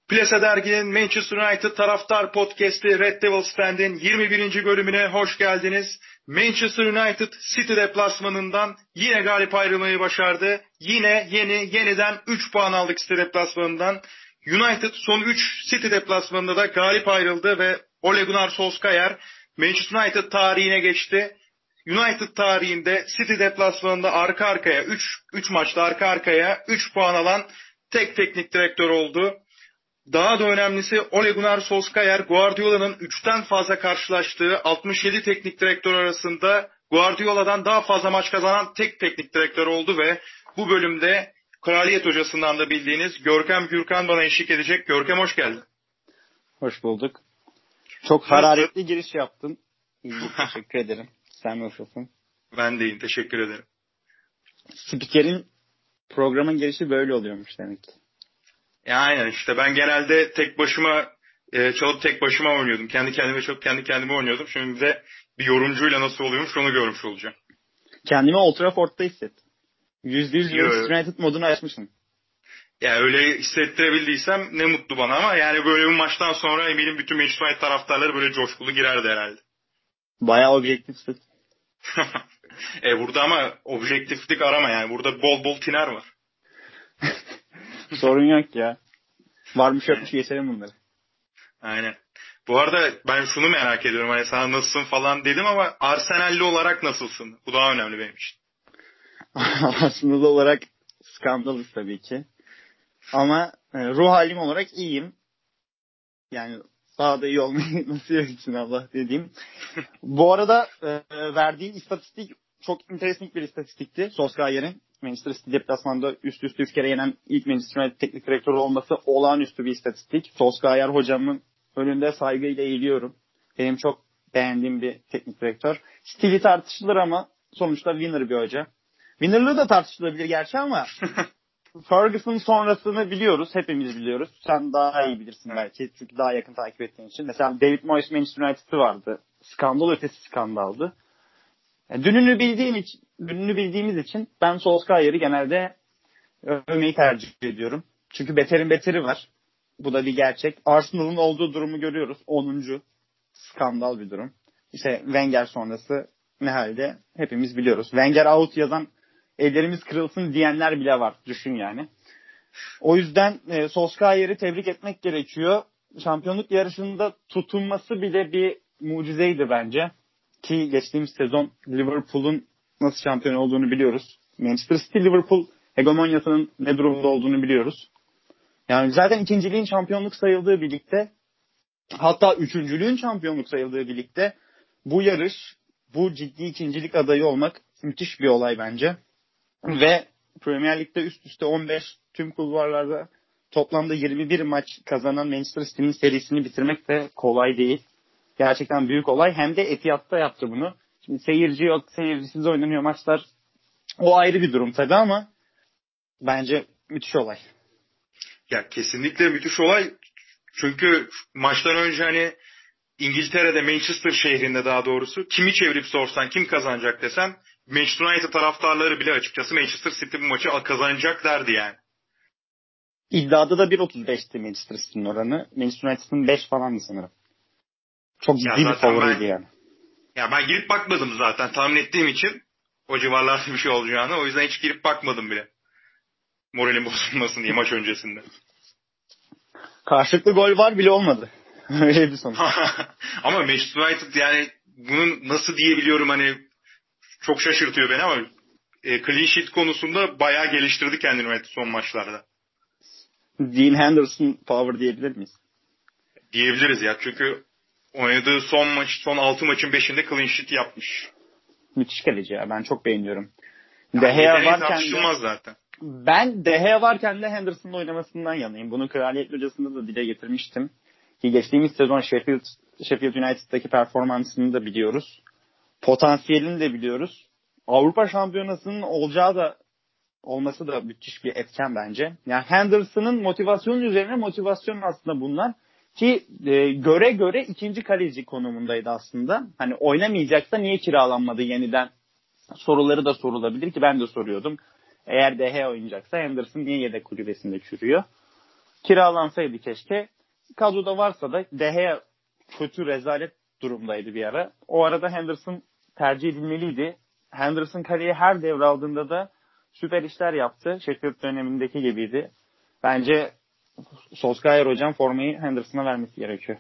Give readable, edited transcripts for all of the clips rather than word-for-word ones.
Plase Dergi'nin Manchester United taraftar podcast'i Red Devil Stand'in 21. bölümüne hoş geldiniz. Manchester United City deplasmanından yine galip ayrılmayı başardı. Yeniden 3 puan aldık City deplasmanından. United son 3 City deplasmanında da galip ayrıldı ve Ole Gunnar Solskjaer Manchester United tarihine geçti. United tarihinde City deplasmanında arka arkaya 3 maçta arka arkaya 3 puan alan tek teknik direktör oldu. Daha da önemlisi Ole Gunnar Solskjaer, Guardiola'nın 3'ten fazla karşılaştığı 67 teknik direktör arasında Guardiola'dan daha fazla maç kazanan tek teknik direktör oldu ve bu bölümde Kraliyet Hocası'ndan da bildiğiniz Görkem Gürkan bana eşlik edecek. Görkem hoş geldin. Hoş bulduk. Çok hararetli giriş yaptın. İyi, teşekkür ederim. Sen nasılsın? Ben de iyiyim, teşekkür ederim. Spikerin programın girişi böyle oluyormuş demek ki. Aynen işte ben genelde tek başıma çalıp tek başıma oynuyordum. Kendi kendime oynuyordum. Şimdi de bir yorumcuyla nasıl oluyormuş onu görmüş olacağım. Kendimi Old Trafford'da hissettim. %100 Manchester United modunu açmışsın. Ya öyle hissettirebildiysem ne mutlu bana ama yani böyle bir maçtan sonra eminim bütün Manchester United taraftarları böyle coşkulu girerdi herhalde. Bayağı objektifsin. Burada ama objektiflik arama yani. Burada bol bol tiner var. Sorun yok ya. Varmış yokmuş geçelim bunları. Aynen. Bu arada ben şunu merak ediyorum. Hani sana nasılsın falan dedim ama Arsenal'li olarak nasılsın? Bu daha önemli benim için. Arsenal'li olarak skandalız tabii ki. Ama ruh halim olarak iyiyim. Yani daha da iyi olmayı nasıl etsin Allah dediğim. Bu arada verdiğin istatistik çok interesting bir istatistikti. Solskjaer'in Manchester City deplasmanda üst üste 3 kere yenen ilk Manchester United teknik direktörü olması olağanüstü bir istatistik. Solskjaer hocamın önünde saygıyla eğiliyorum. Benim çok beğendiğim bir teknik direktör. Stili tartışılır ama sonuçta winner bir hoca. Winner'lığı da tartışılabilir gerçi ama Ferguson sonrasını biliyoruz. Hepimiz biliyoruz. Sen daha iyi bilirsin belki. Çünkü daha yakın takip ettiğin için. Mesela David Moyes Manchester United'ı vardı. Skandal ötesi skandaldı. Yani dününü bildiğimiz için ben Solskjaer'i genelde övmeyi tercih ediyorum. Çünkü beterin beteri var. Bu da bir gerçek. Arsenal'ın olduğu durumu görüyoruz. 10. Skandal bir durum. İşte Wenger sonrası ne halde hepimiz biliyoruz. Wenger out yazan ellerimiz kırılsın diyenler bile var. Düşün yani. O yüzden Solskjaer'i tebrik etmek gerekiyor. Şampiyonluk yarışında tutunması bile bir mucizeydi bence. Ki geçtiğimiz sezon Liverpool'un nasıl şampiyon olduğunu biliyoruz. Manchester City Liverpool hegemonyasının ne durumda olduğunu biliyoruz. Yani zaten ikinciliğin şampiyonluk sayıldığı birlikte, hatta üçüncülüğün şampiyonluk sayıldığı birlikte bu yarış, bu ciddi ikincilik adayı olmak müthiş bir olay bence. Ve Premier Lig'de üst üste 15 tüm kulvarlarda toplamda 21 maç kazanan Manchester City'nin serisini bitirmek de kolay değil. Gerçekten büyük olay. Hem de Etihad'da yaptı bunu. Şimdi seyirci yok, seyircisiz oynanıyor maçlar. O ayrı bir durum tabii ama bence müthiş olay. Ya kesinlikle müthiş olay. Çünkü maçtan önce hani İngiltere'de Manchester şehrinde daha doğrusu kimi çevirip sorsan kim kazanacak desen Manchester United taraftarları bile açıkçası Manchester City bu maçı kazanacak derdi yani. İddiada da 1.35'ti Manchester City'nin oranı. Manchester United'ın 5 falandı sanırım. Çok ciddi bir favoriydi yani. Ya ben girip bakmadım zaten tahmin ettiğim için o civarlarda bir şey olacağını. O yüzden hiç girip bakmadım bile. Moralim bozulmasın diye maç öncesinde. Karşılıklı gol var bile olmadı. Öyle bir sonuç. Ama Manchester United yani bunun nasıl diyebiliyorum hani çok şaşırtıyor beni ama clean sheet konusunda bayağı geliştirdi kendini United son maçlarda. Dean Henderson power diyebilir miyiz? Diyebiliriz ya çünkü oynadığı son 6 maçın 5'inde clean sheet yapmış. Müthiş kaleci ya. Ben çok beğeniyorum. De Gea varken de zaten. Ben De Gea varken de Henderson'ın oynamasından yanayım. Bunu Kraliyet Hocası'nda da dile getirmiştim. Ki geçtiğimiz sezon Sheffield United'daki performansını da biliyoruz. Potansiyelini de biliyoruz. Avrupa Şampiyonası'nın olması da müthiş bir etken bence. Yani Henderson'ın motivasyonu üzerine motivasyon aslında bunlar. Ki göre ikinci kaleci konumundaydı aslında. Hani oynamayacaksa niye kiralanmadı yeniden soruları da sorulabilir ki ben de soruyordum. Eğer De Gea oynayacaksa Henderson niye yedek kulübesinde çürüyor? kiralansaydı keşke. Kadroda varsa da De Gea kötü rezalet durumdaydı bir ara. O arada Henderson tercih edilmeliydi. Henderson kaleyi her devraldığında da süper işler yaptı. Sheffield dönemindeki gibiydi. Bence Solskjaer hocam formayı Henderson'a vermesi gerekiyor.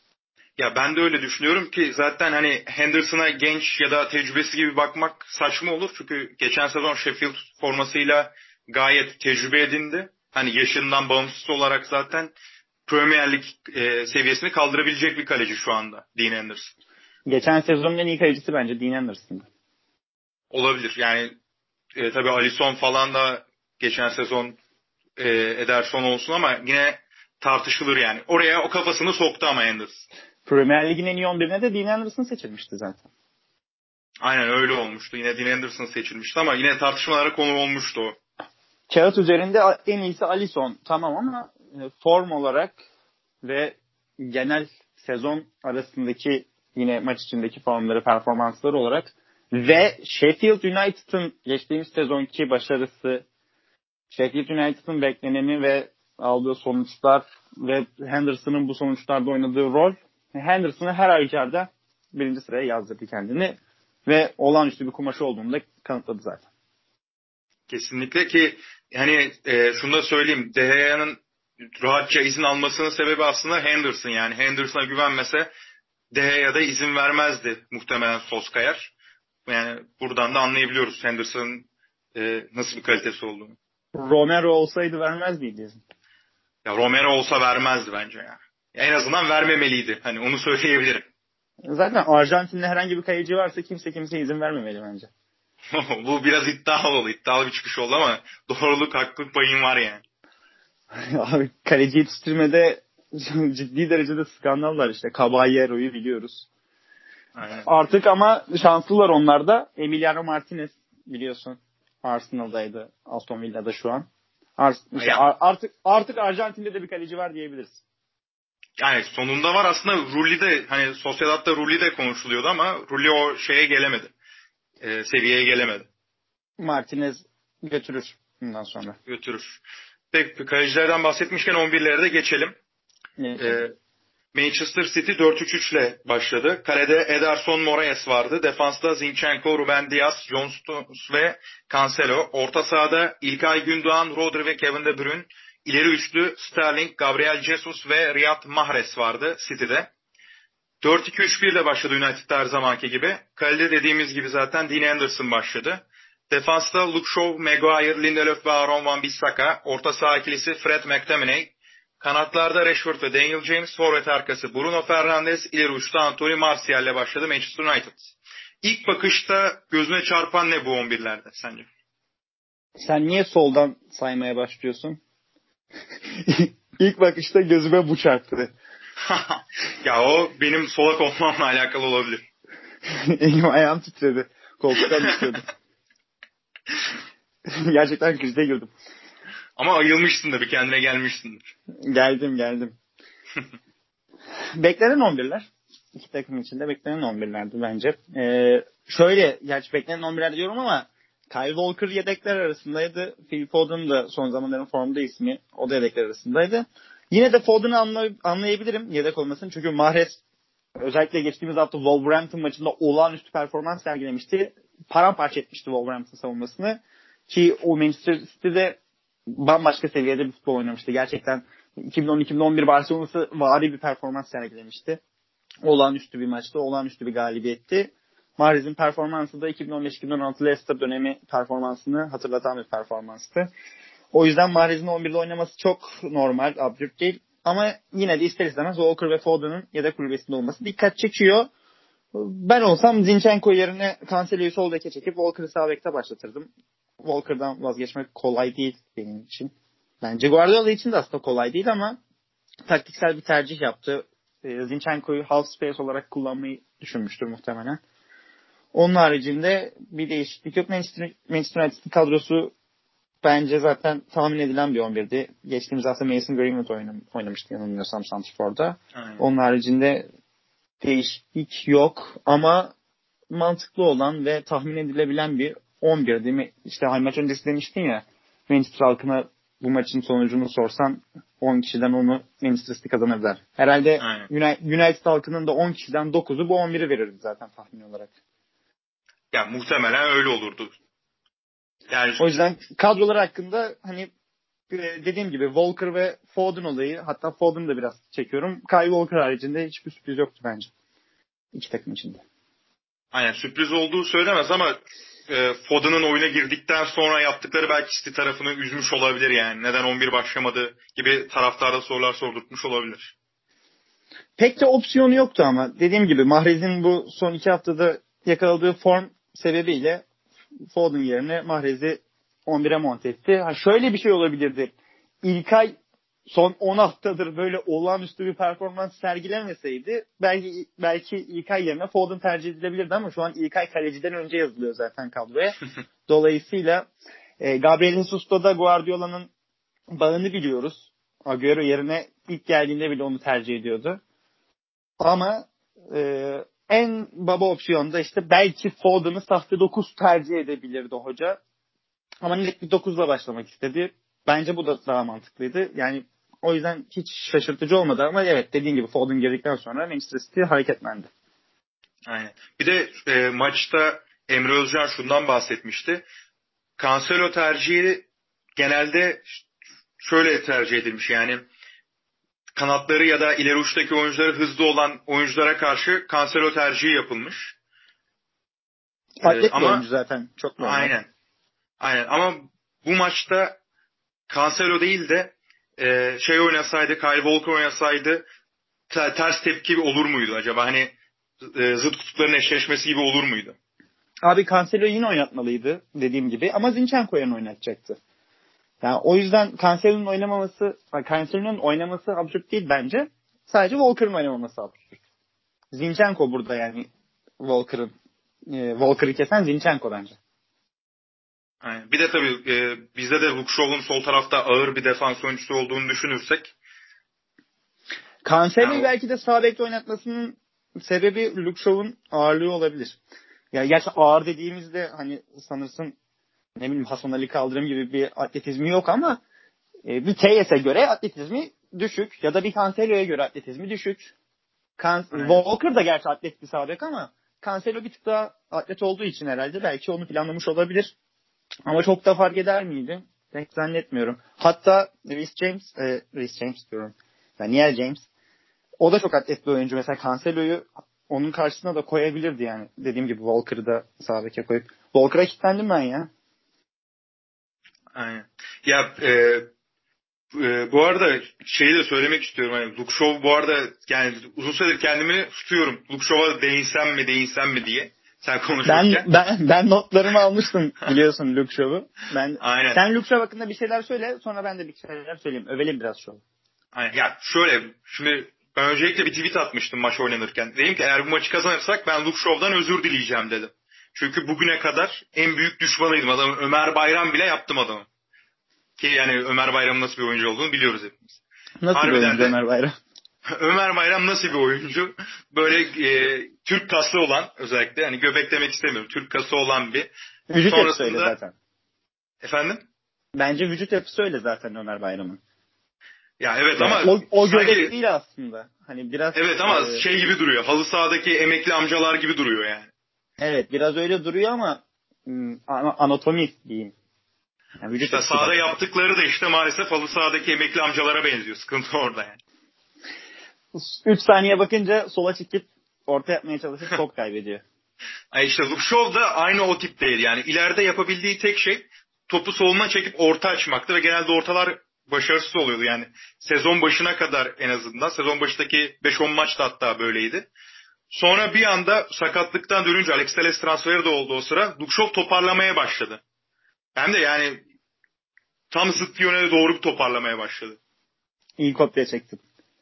Ya ben de öyle düşünüyorum ki zaten hani Henderson'a genç ya da tecrübesi gibi bakmak saçma olur. Çünkü geçen sezon Sheffield formasıyla gayet tecrübe edindi. Hani yaşından bağımsız olarak zaten Premier Lig seviyesini kaldırabilecek bir kaleci şu anda Dean Henderson. Geçen sezonun en iyi kalecisi bence Dean Henderson'dı. Olabilir. Yani tabii Alisson falan da geçen sezon Ederson olsun ama yine tartışılır yani. Oraya o kafasını soktu ama Henderson. Premier Lig'in en iyi 11'ine de Dean Henderson seçilmişti zaten. Aynen öyle olmuştu. Yine Dean Henderson seçilmişti ama yine tartışmalara konu olmuştu o. Kağıt üzerinde en iyisi Alisson tamam ama form olarak ve genel sezon arasındaki yine maç içindeki formları, performansları olarak ve Sheffield United'ın geçtiğimiz sezonki başarısı, Sheffield United'ın bekleneni ve aldığı sonuçlar ve Henderson'ın bu sonuçlarda oynadığı rol, Henderson'ı her halükarda birinci sıraya yazdırdı kendini ve olağanüstü bir kumaşı olduğunu da kanıtladı zaten. Kesinlikle ki hani şunu da söyleyeyim. De Gea'nın rahatça izin almasının sebebi aslında Henderson. Yani Henderson'a güvenmese De Gea da izin vermezdi muhtemelen Solskjaer. Yani buradan da anlayabiliyoruz Henderson'ın nasıl bir kalitesi olduğunu. Romero olsaydı vermez miydi izin? Ya Romero olsa vermezdi bence ya. En azından vermemeliydi. Hani onu söyleyebilirim. Zaten Arjantin'de herhangi bir kaleci varsa kimse izin vermemeli bence. Bu biraz iddialı oldu. İddialı bir çıkış oldu ama doğruluk haklılık payın var yani. Abi kaleci yetiştirmede ciddi derecede skandallar işte. Caballero'yu biliyoruz. Aynen. Artık ama şanslılar onlar da. Emiliano Martinez biliyorsun. Arsenal'daydı. Aston Villa'da şu an. Artık Arjantin'de de bir kaleci var diyebiliriz. Yani sonunda var aslında Rulli de hani Sociedad'da Rulli de konuşuluyordu ama Rulli o şeye gelemedi. Seviyeye gelemedi. Martinez götürür bundan sonra. Götürür. Peki kalecilerden bahsetmişken 11'lere de geçelim. Evet. Manchester City 4-3-3 ile başladı. Kalede Ederson Moraes vardı. Defansta Zinchenko, Ruben Dias, John Stones ve Cancelo. Orta sahada İlkay Gündoğan, Rodri ve Kevin De Bruyne. İleri üçlü Sterling, Gabriel Jesus ve Riyad Mahrez vardı City'de. 4-2-3-1 ile başladı United'da her zamanki gibi. Kalede dediğimiz gibi zaten Dean Henderson başladı. Defansta Luke Shaw, Maguire, Lindelöf ve Aaron Wan-Bissaka. Orta saha ikilisi Fred McTominay. Kanatlarda Rashford ve Daniel James. Forvet arkası Bruno Fernandes. İleri uçta Anthony Martial ile başladı Manchester United. İlk bakışta gözüne çarpan ne bu 11'lerde sence? Sen niye soldan saymaya başlıyorsun? İlk bakışta gözüme bu çarptı. Ya o benim solak olmamla alakalı olabilir. Elim ayağım titredi. Koltuktan düşüyordum. Gerçekten krize girdim. Ama ayılmışsın da bir kendine gelmişsindir. Geldim. Beklenen 11'ler. İki takım içinde beklenen 11'lerdi bence. Şöyle, gerçi beklenen 11'ler diyorum ama Kyle Walker yedekler arasındaydı. Phil Foden da son zamanların formda ismi. O da yedekler arasındaydı. Yine de Foden'ı anlayabilirim yedek olmasını. Çünkü Mahrez özellikle geçtiğimiz hafta Wolverhampton maçında olağanüstü performans sergilemişti. Paramparça etmişti Wolverhampton savunmasını. Ki o Manchester City'de bambaşka seviyede bir futbol oynamıştı. Gerçekten 2010-2011 Barcelona'sı vari bir performans sergilemişti. Olağanüstü bir maçtı, olağanüstü bir galibiyetti. Mahrez'in performansı da 2015-2016 Leicester dönemi performansını hatırlatan bir performanstı. O yüzden Mahrez'in 11'de oynaması çok normal, absürt değil. Ama yine de ister istemez Walker ve Foden'ın yedek kulübesinde olması dikkat çekiyor. Ben olsam Zinchenko yerine Cancelo'yu sol beke çekip Walker'ı sağ bekte başlatırdım. Walker'dan vazgeçmek kolay değil benim için. Bence Guardiola için de aslında kolay değil ama taktiksel bir tercih yaptı. Zinchenko'yu half space olarak kullanmayı düşünmüştür muhtemelen. Onun haricinde bir değişiklik yok. Manchester United'ın kadrosu bence zaten tahmin edilen bir 11'di. Geçtiğimiz hafta Mason Greenwood oynamıştı yanılmıyorsam Santrfor'da. Onun haricinde değişiklik yok ama mantıklı olan ve tahmin edilebilen bir 11 değil mi? İşte maç öncesi demiştin ya, Manchester halkına bu maçın sonucunu sorsan 10 kişiden onu Manchester City kazanırlar. Herhalde United halkının da 10 kişiden 9'u bu 11'i verirdi zaten tahmin olarak. Ya muhtemelen öyle olurdu. Yani o yüzden kadrolar hakkında hani dediğim gibi Walker ve Foden olayı, hatta Foden'ı da biraz çekiyorum. Kyle Walker haricinde hiçbir sürpriz yoktu bence. İki takım içinde. aynen, sürpriz olduğu söylemez ama Foden'ın oyuna girdikten sonra yaptıkları belki City tarafını üzmüş olabilir yani. Neden 11 başlamadı gibi taraftarda sorular sordurtmuş olabilir. Pek de opsiyonu yoktu ama dediğim gibi Mahrez'in bu son 2 haftada yakaladığı form sebebiyle Foden yerine Mahrez'i 11'e monte etti. Şöyle bir şey olabilirdi. İlkay son 10 haftadır böyle olağanüstü bir performans sergilemeseydi belki İlkay yerine Foden tercih edilebilirdi ama şu an İlkay kaleciden önce yazılıyor zaten kadroya. Dolayısıyla Gabriel Jesus'ta da Guardiola'nın bağını biliyoruz. Agüero yerine ilk geldiğinde bile onu tercih ediyordu. Ama en baba opsiyonda işte belki Foden'ı sahte 9 tercih edebilirdi hoca. Ama net bir 9'la başlamak istedi. Bence bu da daha mantıklıydı. Yani o yüzden hiç şaşırtıcı olmadı ama evet, dediğin gibi Foden girdikten sonra Manchester City hareketlendi. Aynen. Bir de maçta Emre Özcan şundan bahsetmişti. Cancelo tercihi genelde şöyle tercih edilmiş, yani kanatları ya da ileri uçtaki oyuncuları hızlı olan oyunculara karşı Cancelo tercihi yapılmış. Atlet bir oyuncu zaten. Çok normal. Aynen. Aynen ama bu maçta Cancelo değil de oynasaydı, Kyle Walker oynasaydı ters tepki olur muydu acaba? Hani zıt kutupların eşleşmesi gibi olur muydu? Abi Cancelo'yu yine oynatmalıydı dediğim gibi ama Zinchenko'yu oynatacaktı. Yani o yüzden Cancelo'nun oynaması absürt değil bence. Sadece Walker'ın oynamaması absürt. Zinchenko burada yani Walker'ı kesen Zinchenko bence. Aynen. Bir de tabii bizde de Luke Shaw'un sol tarafta ağır bir defans oyuncusu olduğunu düşünürsek. Cancelo'yu belki de sağ bekte oynatmasının sebebi Luke Shaw'un ağırlığı olabilir. Ya gerçi ağır dediğimizde hani sanırsın ne bileyim Hasan Ali Kaldırım gibi bir atletizmi yok ama bir Keyes'e göre atletizmi düşük ya da bir Cancelo'ya göre atletizmi düşük. Walker da gerçi atlet bir sağ bek ama Cancelo bir tık daha atlet olduğu için herhalde belki onu planlamış olabilir. Ama çok da fark eder miydi? Pek zannetmiyorum. Hatta Reece James diyorum. Daniel James. O da çok atlet bir oyuncu. Mesela Cancelo'yu onun karşısına da koyabilirdi yani. Dediğim gibi Walker'ı da sağ beke koyup. Walker'a kilitlendim ben ya. Aynen. Ya bu arada şeyi de söylemek istiyorum. Hani Luke Shaw bu arada yani uzun süredir kendimi tutuyorum. Luke Shaw'a değinsem mi diye. Sen konuşurken. Ben notlarımı almıştım biliyorsun Luke Shaw'u. Aynen. Sen Luke Shaw hakkında bir şeyler söyle, sonra ben de bir şeyler söyleyeyim. Övelim biraz Shaw'u. Aynen. Ya şöyle, şimdi ben öncelikle bir tweet atmıştım maç oynanırken. Dedim ki eğer bu maçı kazanırsak ben Luke Shaw'dan özür dileyeceğim dedim. Çünkü bugüne kadar en büyük düşmanıydım adamın. Ömer Bayram bile yaptım adamı. Ki yani Ömer Bayram'ın nasıl bir oyuncu olduğunu biliyoruz hepimiz. Nasıl Harbiden bir oyuncu Ömer Bayram? Ömer Bayram nasıl bir oyuncu? Böyle Türk kası olan, özellikle hani göbek demek istemiyorum. Türk kası olan bir. Vücut yapısı öyle zaten. Efendim? Bence vücut yapısı öyle zaten Ömer Bayram'ın. Ya evet yani ama o göbek değil aslında. Hani biraz evet ama şey gibi duruyor. Halı sahadaki emekli amcalar gibi duruyor yani. Evet, biraz öyle duruyor ama anatomi diyeyim. Yani işte sahada yaptıkları da işte maalesef halı sahadaki emekli amcalara benziyor. Sıkıntı orada yani. 3 saniye bakınca sola çekip orta yapmaya çalışıp top kaybediyor. Ay işte Luke Shaw da aynı o tip değil yani. İleride yapabildiği tek şey topu soluna çekip orta açmaktı ve genelde ortalar başarısız oluyordu yani. Sezon başına kadar en azından. Sezon başındaki 5-10 maçta hatta böyleydi. Sonra bir anda sakatlıktan dönünce Alex Telles transferi de oldu o sıra. Luke Shaw toparlamaya başladı. Hem de yani tam zıt yöne doğru bir toparlamaya başladı. İyi kopya çektim.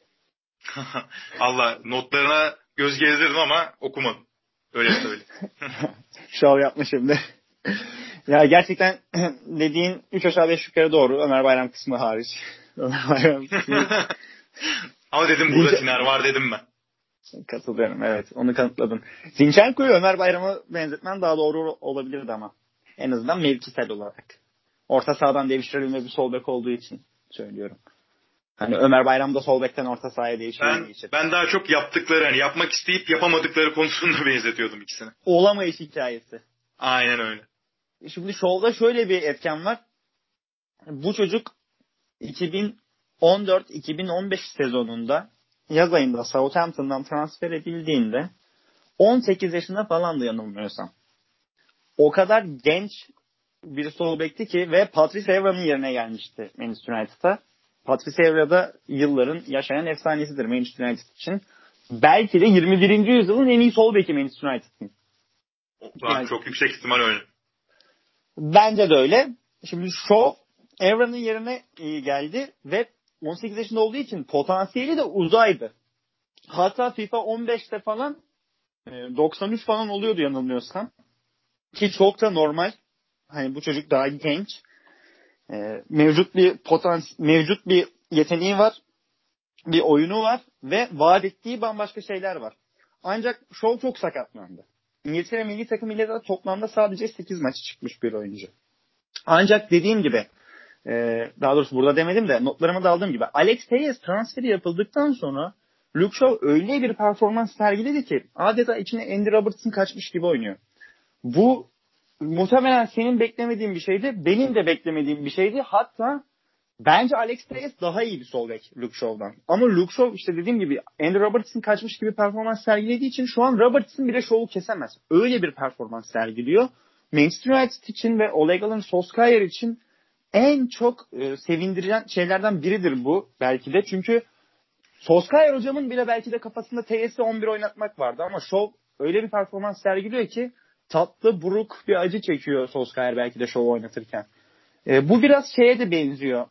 Allah, notlarına göz gezdirdim ama okumadım. Öyle söyleyeyim. Şov yapma şimdi. Ya gerçekten dediğin 3 aşağı 5 yukarı doğru. Ömer Bayram kısmı hariç. Ömer Bayram kısmı. Ama dedim burada Tiner var dedim ben. Katılıyorum, evet. Onu kanıtladın. Zinchenko'yu Ömer Bayram'a benzetmen daha doğru olabilirdi ama. En azından mevkisel olarak. Orta sahadan devşirilme bir sol bek olduğu için söylüyorum. Hani Ömer Bayram da sol bekten orta sahaya değişmediği için. Ben daha çok yaptıkları, hani yapmak isteyip yapamadıkları konusunda benzetiyordum ikisini. Olamayış hikayesi. Aynen öyle. Şimdi Shaw'da şöyle bir etken var. Bu çocuk 2014-2015 sezonunda yaz ayında Southampton'dan transfer edildiğinde 18 yaşında falandı yanılmıyorsam. O kadar genç bir sol bekti ki ve Patrice Evra'nın yerine gelmişti Manchester United'a. Patrice Evra da yılların yaşayan efsanesidir Manchester United için. Belki de 21. yüzyılın en iyi sol beki Manchester United'ın. Yani, çok yüksek ihtimal öyle. Bence de öyle. Şimdi Shaw Evra'nın yerine geldi ve 18 yaşında olduğu için potansiyeli de uzaydı. Hatta FIFA 15'te falan 93 falan oluyordu yanılmıyorsam. Ki çok da normal. Hani bu çocuk daha genç. Mevcut bir yeteneği var. Bir oyunu var ve vaat ettiği bambaşka şeyler var. Ancak Shaw çok sakatlandı. İngiltere milli takımıyla da toplamda sadece 8 maçı çıkmış bir oyuncu. Ancak dediğim gibi daha doğrusu burada demedim de notlarıma da aldığım gibi Alex Telles transferi yapıldıktan sonra Luke Shaw öyle bir performans sergiledi ki adeta içine Andy Robertson kaçmış gibi oynuyor. Bu muhtemelen senin beklemediğin bir şeydi. Benim de beklemediğim bir şeydi. Hatta bence Alex Telles daha iyi bir sol bek Luke Shaw'dan. Ama Luke Shaw işte dediğim gibi Andy Robertson kaçmış gibi performans sergilediği için şu an Robertson bile Shaw'u kesemez. Öyle bir performans sergiliyor. Manchester United için ve Ole Gunnar Solskjaer için en çok sevindiren şeylerden biridir bu belki de. Çünkü Solskjaer hocamın bile belki de kafasında TS'i 11 oynatmak vardı ama Shaw öyle bir performans sergiliyor ki tatlı buruk bir acı çekiyor Solskjaer belki de Shaw'u oynatırken. Bu biraz şeye de benziyor.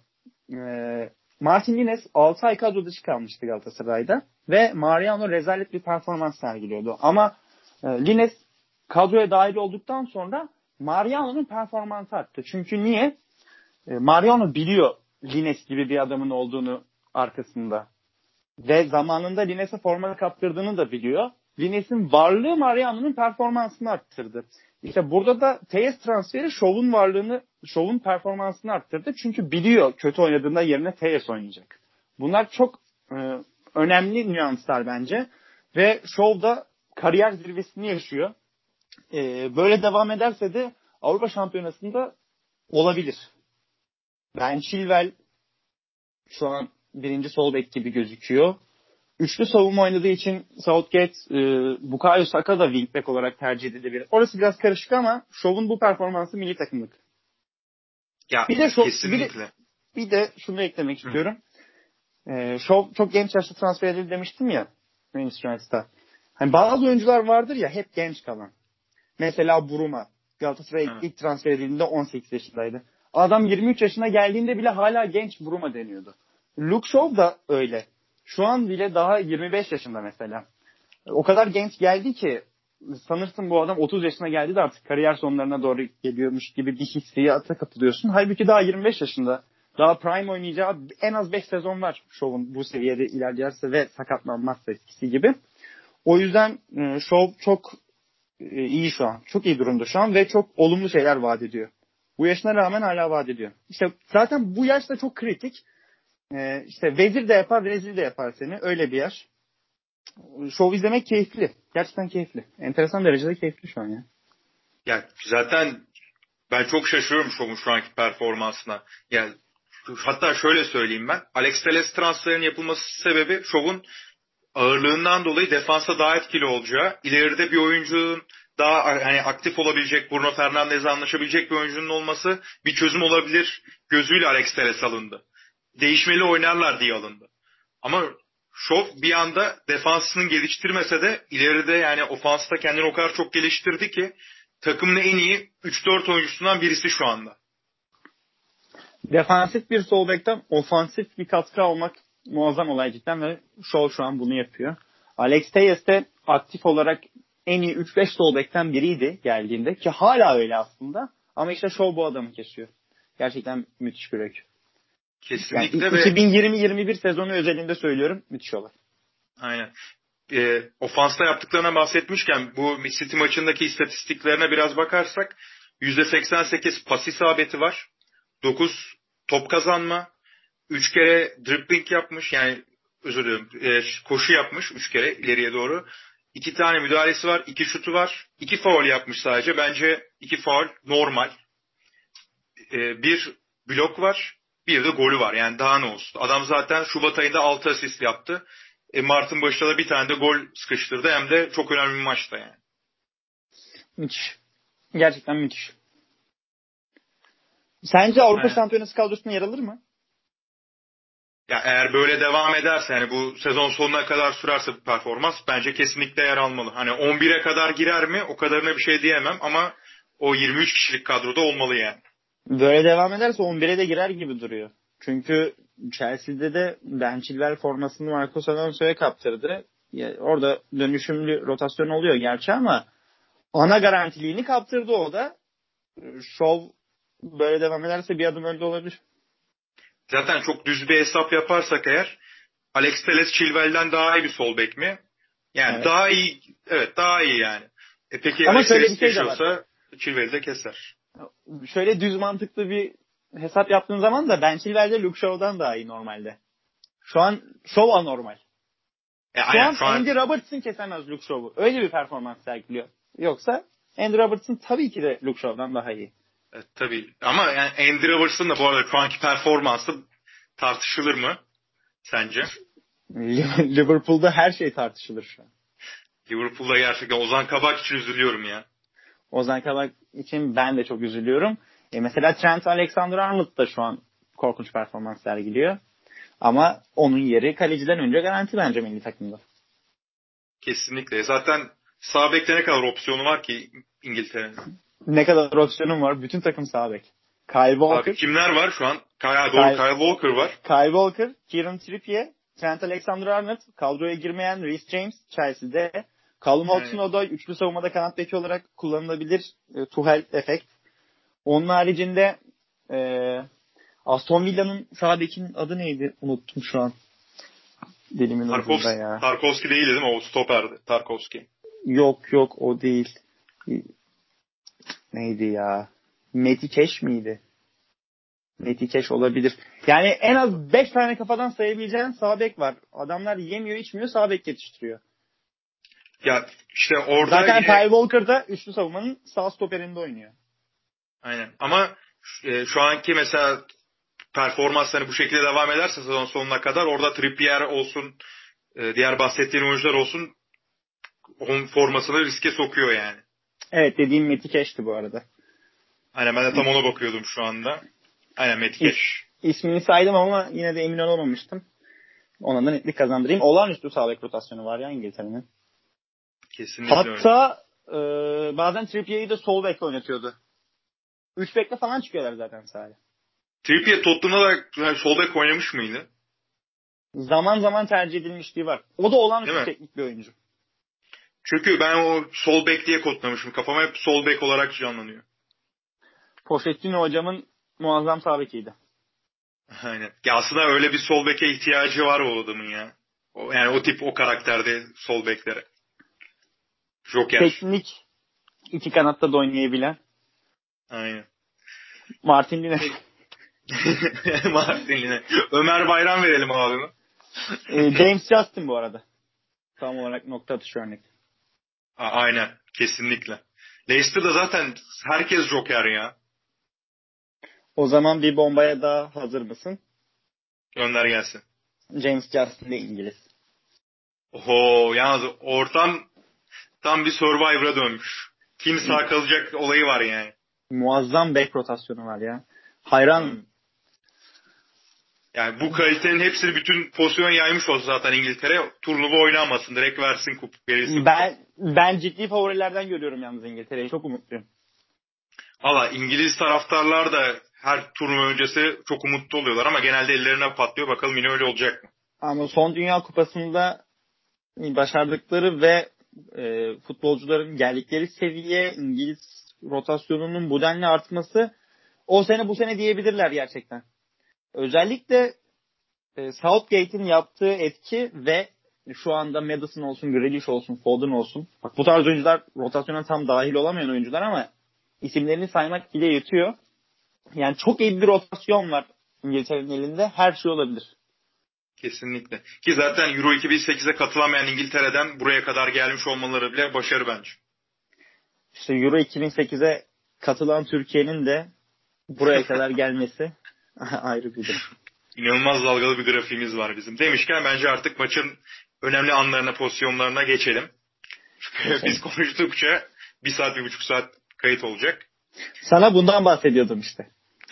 Martin Lines 6 ay kadro dışı kalmıştı Galatasaray'da ve Mariano rezalet bir performans sergiliyordu. Ama Lines kadroya dahil olduktan sonra Mariano'nun performansı arttı. Çünkü niye? Mariano biliyor Lines gibi bir adamın olduğunu arkasında. Ve zamanında Lines'e forma kaptırdığını da biliyor. Lines'in varlığı Mariano'nun performansını arttırdı. İşte burada da Telles transferi Shaw'un performansını arttırdı. Çünkü biliyor kötü oynadığında yerine Telles oynayacak. Bunlar çok önemli nüanslar bence. Ve Shaw da kariyer zirvesini yaşıyor. Böyle devam ederse de Avrupa Şampiyonası'nda olabilir. Ben Chilwell şu an birinci sol bek gibi gözüküyor. Üçlü savunma oynadığı için Southgate, Bukayo Saka da wingback olarak tercih edilebilir. Orası biraz karışık ama Shaw'un bu performansı milli takımlık. Ya Bir de kesinlikle. Bir de şunu eklemek istiyorum. Shaw çok genç yaşta transfer edildi demiştim ya Manchester United'da. Hani bazı oyuncular vardır ya hep genç kalan. Mesela Buruma. Galatasaray'a ilk transfer edildiğinde 18 yaşındaydı. Adam 23 yaşına geldiğinde bile hala genç Buruma deniyordu. Luke Shaw da öyle. Şu an bile daha 25 yaşında mesela. O kadar genç geldi ki sanırsın bu adam 30 yaşına geldi de artık kariyer sonlarına doğru geliyormuş gibi bir hissiyata kapılıyorsun. Halbuki daha 25 yaşında. Daha prime oynayacağı en az 5 sezon var Shaw'un bu seviyede ilerlerse ve sakatlanmazsa eskisi gibi. O yüzden Shaw çok iyi şu an. Çok iyi durumda şu an ve çok olumlu şeyler vaat ediyor. Bu yaşına rağmen hala vaat ediyor. İşte zaten bu yaşta çok kritik. İşte vezir de yapar, rezil de yapar seni. Öyle bir yaş. Şov izlemek keyifli. Gerçekten keyifli. Enteresan derecede keyifli şu an ya. Ya zaten ben çok şaşırıyorum Shaw'un şu anki performansına. Yani hatta şöyle söyleyeyim ben. Alex Telles transferinin yapılması sebebi Shaw'un ağırlığından dolayı defansa daha etkili olacağı, ileride bir oyuncunun daha hani aktif olabilecek, Bruno Fernandes'le anlaşabilecek bir oyuncunun olması bir çözüm olabilir gözüyle Alex Telles alındı. Değişmeli oynarlar diye alındı. Ama Shaw bir anda defansını geliştirmese de ileride yani ofansta kendini o kadar çok geliştirdi ki takımın en iyi 3-4 oyuncusundan birisi şu anda. Defansif bir sol bekten ofansif bir katkı almak muazzam olay cidden ve Shaw şu an bunu yapıyor. Alex Telles de aktif olarak en iyi 3-5 sol bekten biriydi geldiğinde ki hala öyle aslında. Ama işte Shaw bu adamı kesiyor. Gerçekten müthiş bir öykü. Kesinlikle yani ve 2020-21 sezonu özelinde söylüyorum. Müthiş olay. aynen. Ofansta yaptıklarına bahsetmişken bu City maçındaki istatistiklerine biraz bakarsak %88 pas isabeti var. 9 top kazanma. 3 kere dribbling yapmış, yani özür dilerim, koşu yapmış 3 kere ileriye doğru. 2 tane müdahalesi var, 2 şutu var. 2 faul yapmış sadece. Bence 2 faul normal. Bir blok var, bir de golü var. Yani daha ne olsun. Adam zaten Şubat ayında 6 asist yaptı. Mart'ın başında da bir tane de gol sıkıştırdı. Hem de çok önemli bir maçta yani. Müthiş. Gerçekten müthiş. Sence Avrupa Şampiyonası kadrosuna yer alır mı? Ya eğer böyle devam ederse, yani bu sezon sonuna kadar sürerse bu performans, bence kesinlikle yer almalı. Hani 11'e kadar girer mi? O kadarına bir şey diyemem ama o 23 kişilik kadroda olmalı yani. Böyle devam ederse 11'e de girer gibi duruyor. Çünkü Chelsea'de de Ben Chilwell formasını Marcos Alonso'ya kaptırdı. Orada dönüşümlü rotasyon oluyor gerçi ama ana garantiliğini kaptırdı o da. Şov böyle devam ederse bir adım önde olabilir. Zaten çok düz bir hesap yaparsak eğer, Alex Telles Chilwell'den daha iyi bir sol bek mi? Yani evet. Daha iyi. Evet, daha iyi yani. Peki ama Alex şöyle bir Telles şey de var. Chilwell'i de keser. Şöyle düz mantıklı bir hesap yaptığın zaman da Ben Chilwell'de Luke Shaw'dan daha iyi normalde. Şu an Shaw anormal. Şu an Andy Robertson kesemez Luke Shaw'u. Öyle bir performans sergiliyor. Yoksa Andy Robertson tabii ki de Luke Shaw'dan daha iyi. Evet, tabii. Ama yani Andy Robertson da bu arada şu anki performansı tartışılır mı sence? Liverpool'da her şey tartışılır şu an. Liverpool'da gerçekten Ozan Kabak için üzülüyorum ya. Ozan Kabak için ben de çok üzülüyorum. Mesela Trent Alexander-Arnold da şu an korkunç performans sergiliyor. Ama onun yeri kaleciden önce garanti bence milli takımda. Kesinlikle. Zaten sağ bekte ne kadar opsiyonu var ki İngiltere'nin? Ne kadar opsiyonum var? Bütün takım sağ bek. Kyle Walker. Abi kimler var şu an? Kyle Walker var. Kyle Walker, Kieran Trippier, Trent Alexander-Arnold, kadroya girmeyen Reece James Chelsea'de. Callum Hudson-Odoi üçlü savunmada kanat beki olarak kullanılabilir. Tuchel efekt. Onun haricinde Aston Villa'nın sağ bekinin adı neydi? Unuttum şu an. Dilimin ucunda ya. Tarkowski değil mi? O stoperdi. Tarkowski. Yok o değil. Neydi ya? Metikeş miydi? Metikeş olabilir. Yani en az 5 tane kafadan sayabileceğin sağ bek var. Adamlar yemiyor içmiyor sağ bek yetiştiriyor. Ya işte orada zaten yine... Kyle Walker da üçlü savunmanın sağ stoperinde oynuyor. Aynen. Ama şu anki mesela performansları bu şekilde devam ederse sezon sonuna kadar, orada Trippier olsun, diğer bahsettiğin oyuncular olsun, onun formasını riske sokuyor yani. Evet, dediğim Metikeş'ti bu arada. Aynen, ben de tam ona bakıyordum şu anda. Aynen, Metikeş. İsmini saydım ama yine de emin olamamıştım. Ona da netlik kazandırayım. Olağanüstü sağ bek rotasyonu var ya İngiltere'nin. Kesinlikle hatta bazen Trippier'i de sol bekle oynatıyordu. 3 bekle falan çıkıyorlar zaten sahaya. Trippier Tottenham'da da sol bek oynamış mıydı? Zaman zaman tercih edilmişliği var. O da olağanüstü teknik bir oyuncu. Çünkü ben o sol bek diye kodlamışım. Kafama hep sol bek olarak canlanıyor. Pochettino hocamın muazzam sağ bekiydi. Aynen. Ya aslında öyle bir sol beke ihtiyacı var o adamın ya. Yani o tip, o karakterde sol beklere. Joker. Teknik, iki kanatta da oynayabilen. Aynen. Martin Line. Martin Line. Ömer Bayram verelim abime. James Justin bu arada. Tam olarak nokta atışı örnek. Aynen. Kesinlikle. Leicester'da zaten herkes Joker ya. O zaman bir bombaya daha hazır mısın? Gönder gelsin. James Justin de İngiliz. Oho, yalnız ortam tam bir Survivor'a dönmüş. Kim sağ kalacak olayı var yani. Muazzam back rotasyonu var ya. Hayran. Yani bu kalitenin hepsini, bütün pozisyon yaymış olsa zaten İngiltere, turnuva oynanmasın. Direkt versin kup. Ben ciddi favorilerden görüyorum yalnız İngiltere'yi. Çok umutluyum. Valla İngiliz taraftarlar da her turnuva öncesi çok umutlu oluyorlar ama genelde ellerine patlıyor. Bakalım yine öyle olacak mı? Ama son Dünya Kupası'nda başardıkları ve futbolcuların geldikleri seviye, İngiliz rotasyonunun bu denli artması, o sene bu sene diyebilirler gerçekten. Özellikle Southgate'in yaptığı etki ve şu anda Maddison olsun, Grealish olsun, Foden olsun. Bak, bu tarz oyuncular rotasyona tam dahil olamayan oyuncular ama isimlerini saymak bile yetiyor. Yani çok iyi bir rotasyon var İngiltere'nin elinde her şey olabilir. Kesinlikle. Ki zaten Euro 2008'e katılamayan İngiltere'den buraya kadar gelmiş olmaları bile başarı bence. İşte Euro 2008'e katılan Türkiye'nin de buraya kadar gelmesi ayrı bir durum. İnanılmaz dalgalı bir grafiğimiz var bizim. Demişken bence artık maçın önemli anlarına, pozisyonlarına geçelim. Biz konuştukça 1 saat, 1,5 saat kayıt olacak. Sana bundan bahsediyordum işte.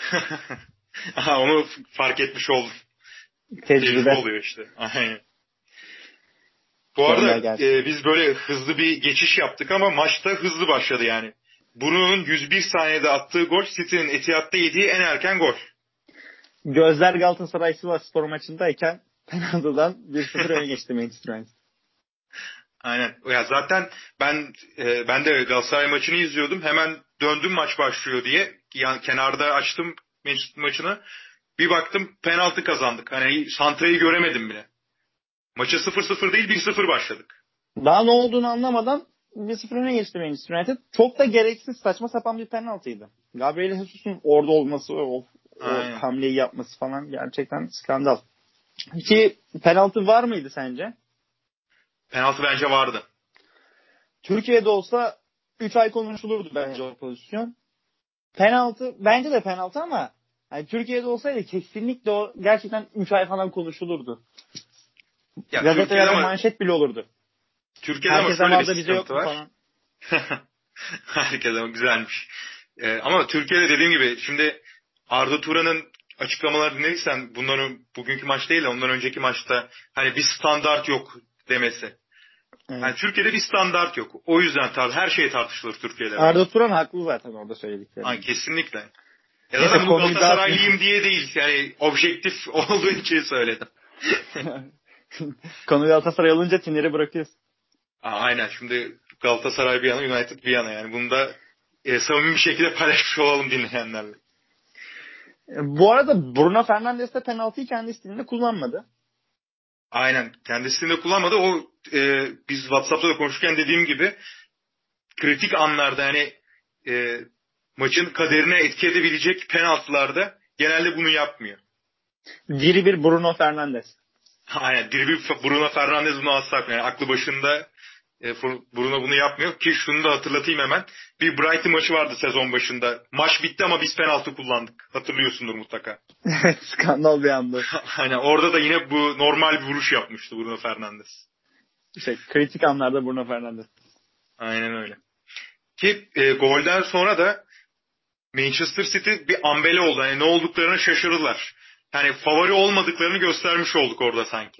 Aha, onu fark etmiş oldum. Tecrübe oluyor işte. Aynen. Bu arada biz böyle hızlı bir geçiş yaptık ama maçta hızlı başladı yani. Bruno'nun 101 saniyede attığı gol City'nin Etihad'da yediği en erken gol. Gözler Galatasaray Sivasspor maçındayken penaltıdan 1-0 öne geçti Manchester United. Aynen. Ya zaten ben de Galatasaray maçını izliyordum. Hemen döndüm maç başlıyor diye. Yani kenarda açtım Manchester maçını. Bir baktım penaltı kazandık. Hani santrayı göremedim bile. Maça 0-0 değil 1-0 başladık. Daha ne olduğunu anlamadan 1-0 öne geçti Manchester United. Çok da gereksiz saçma sapan bir penaltıydı. Gabriel Jesus'un orada olması, o hamleyi yapması falan gerçekten skandal. Ki penaltı var mıydı sence? Penaltı bence vardı. Türkiye'de olsa 3 ay konuşulurdu bence o pozisyon. Penaltı, bence de penaltı ama yani Türkiye'de olsaydı kesinlikle o gerçekten 3 ay falan konuşulurdu. Gazetelerde manşet bile olurdu. Türkiye'de herkes ama şöyle bir sıkıntı var. Falan. Herkes ama güzelmiş. Ama Türkiye'de dediğim gibi şimdi Arda Turan'ın açıklamalarını dinlediysen bunların bugünkü maç değil de ondan önceki maçta hani bir standart yok demesi. Evet. Yani Türkiye'de bir standart yok. O yüzden her şey tartışılır Türkiye'de. Arda Turan haklı zaten orada söyledikleri. Kesinlikle. Ya zaten bu Galatasaraylıyım diye değil. Yani objektif olduğu için söyledim. Konu Galatasaray olunca tineri bırakıyorsun. Aynen. Şimdi Galatasaray bir yana, United bir yana yani. Bunu da samimi bir şekilde paylaşmış olalım dinleyenlerle. Bu arada Bruno Fernandes de penaltıyı kendi stilinde kullanmadı. Aynen. Kendi stilinde kullanmadı. O biz WhatsApp'ta da konuşurken dediğim gibi kritik anlarda yani maçın kaderine etki edebilecek penaltılarda genelde bunu yapmıyor. Diri bir Bruno Fernandes. Aynen. Diri bir Bruno Fernandes bunu asla yapmıyor. Yani aklı başında Bruno bunu yapmıyor. Ki şunu da hatırlatayım hemen. Bir Brighton maçı vardı sezon başında. Maç bitti ama biz penaltı kullandık. Hatırlıyorsundur mutlaka. Skandal bir anda. Aynen. Orada da yine bu normal bir vuruş yapmıştı Bruno Fernandes. Kritik anlarda Bruno Fernandes. Aynen öyle. Ki golden sonra da Manchester City bir ambele oldu. Yani ne olduklarını şaşırdılar. Yani favori olmadıklarını göstermiş olduk orada sanki.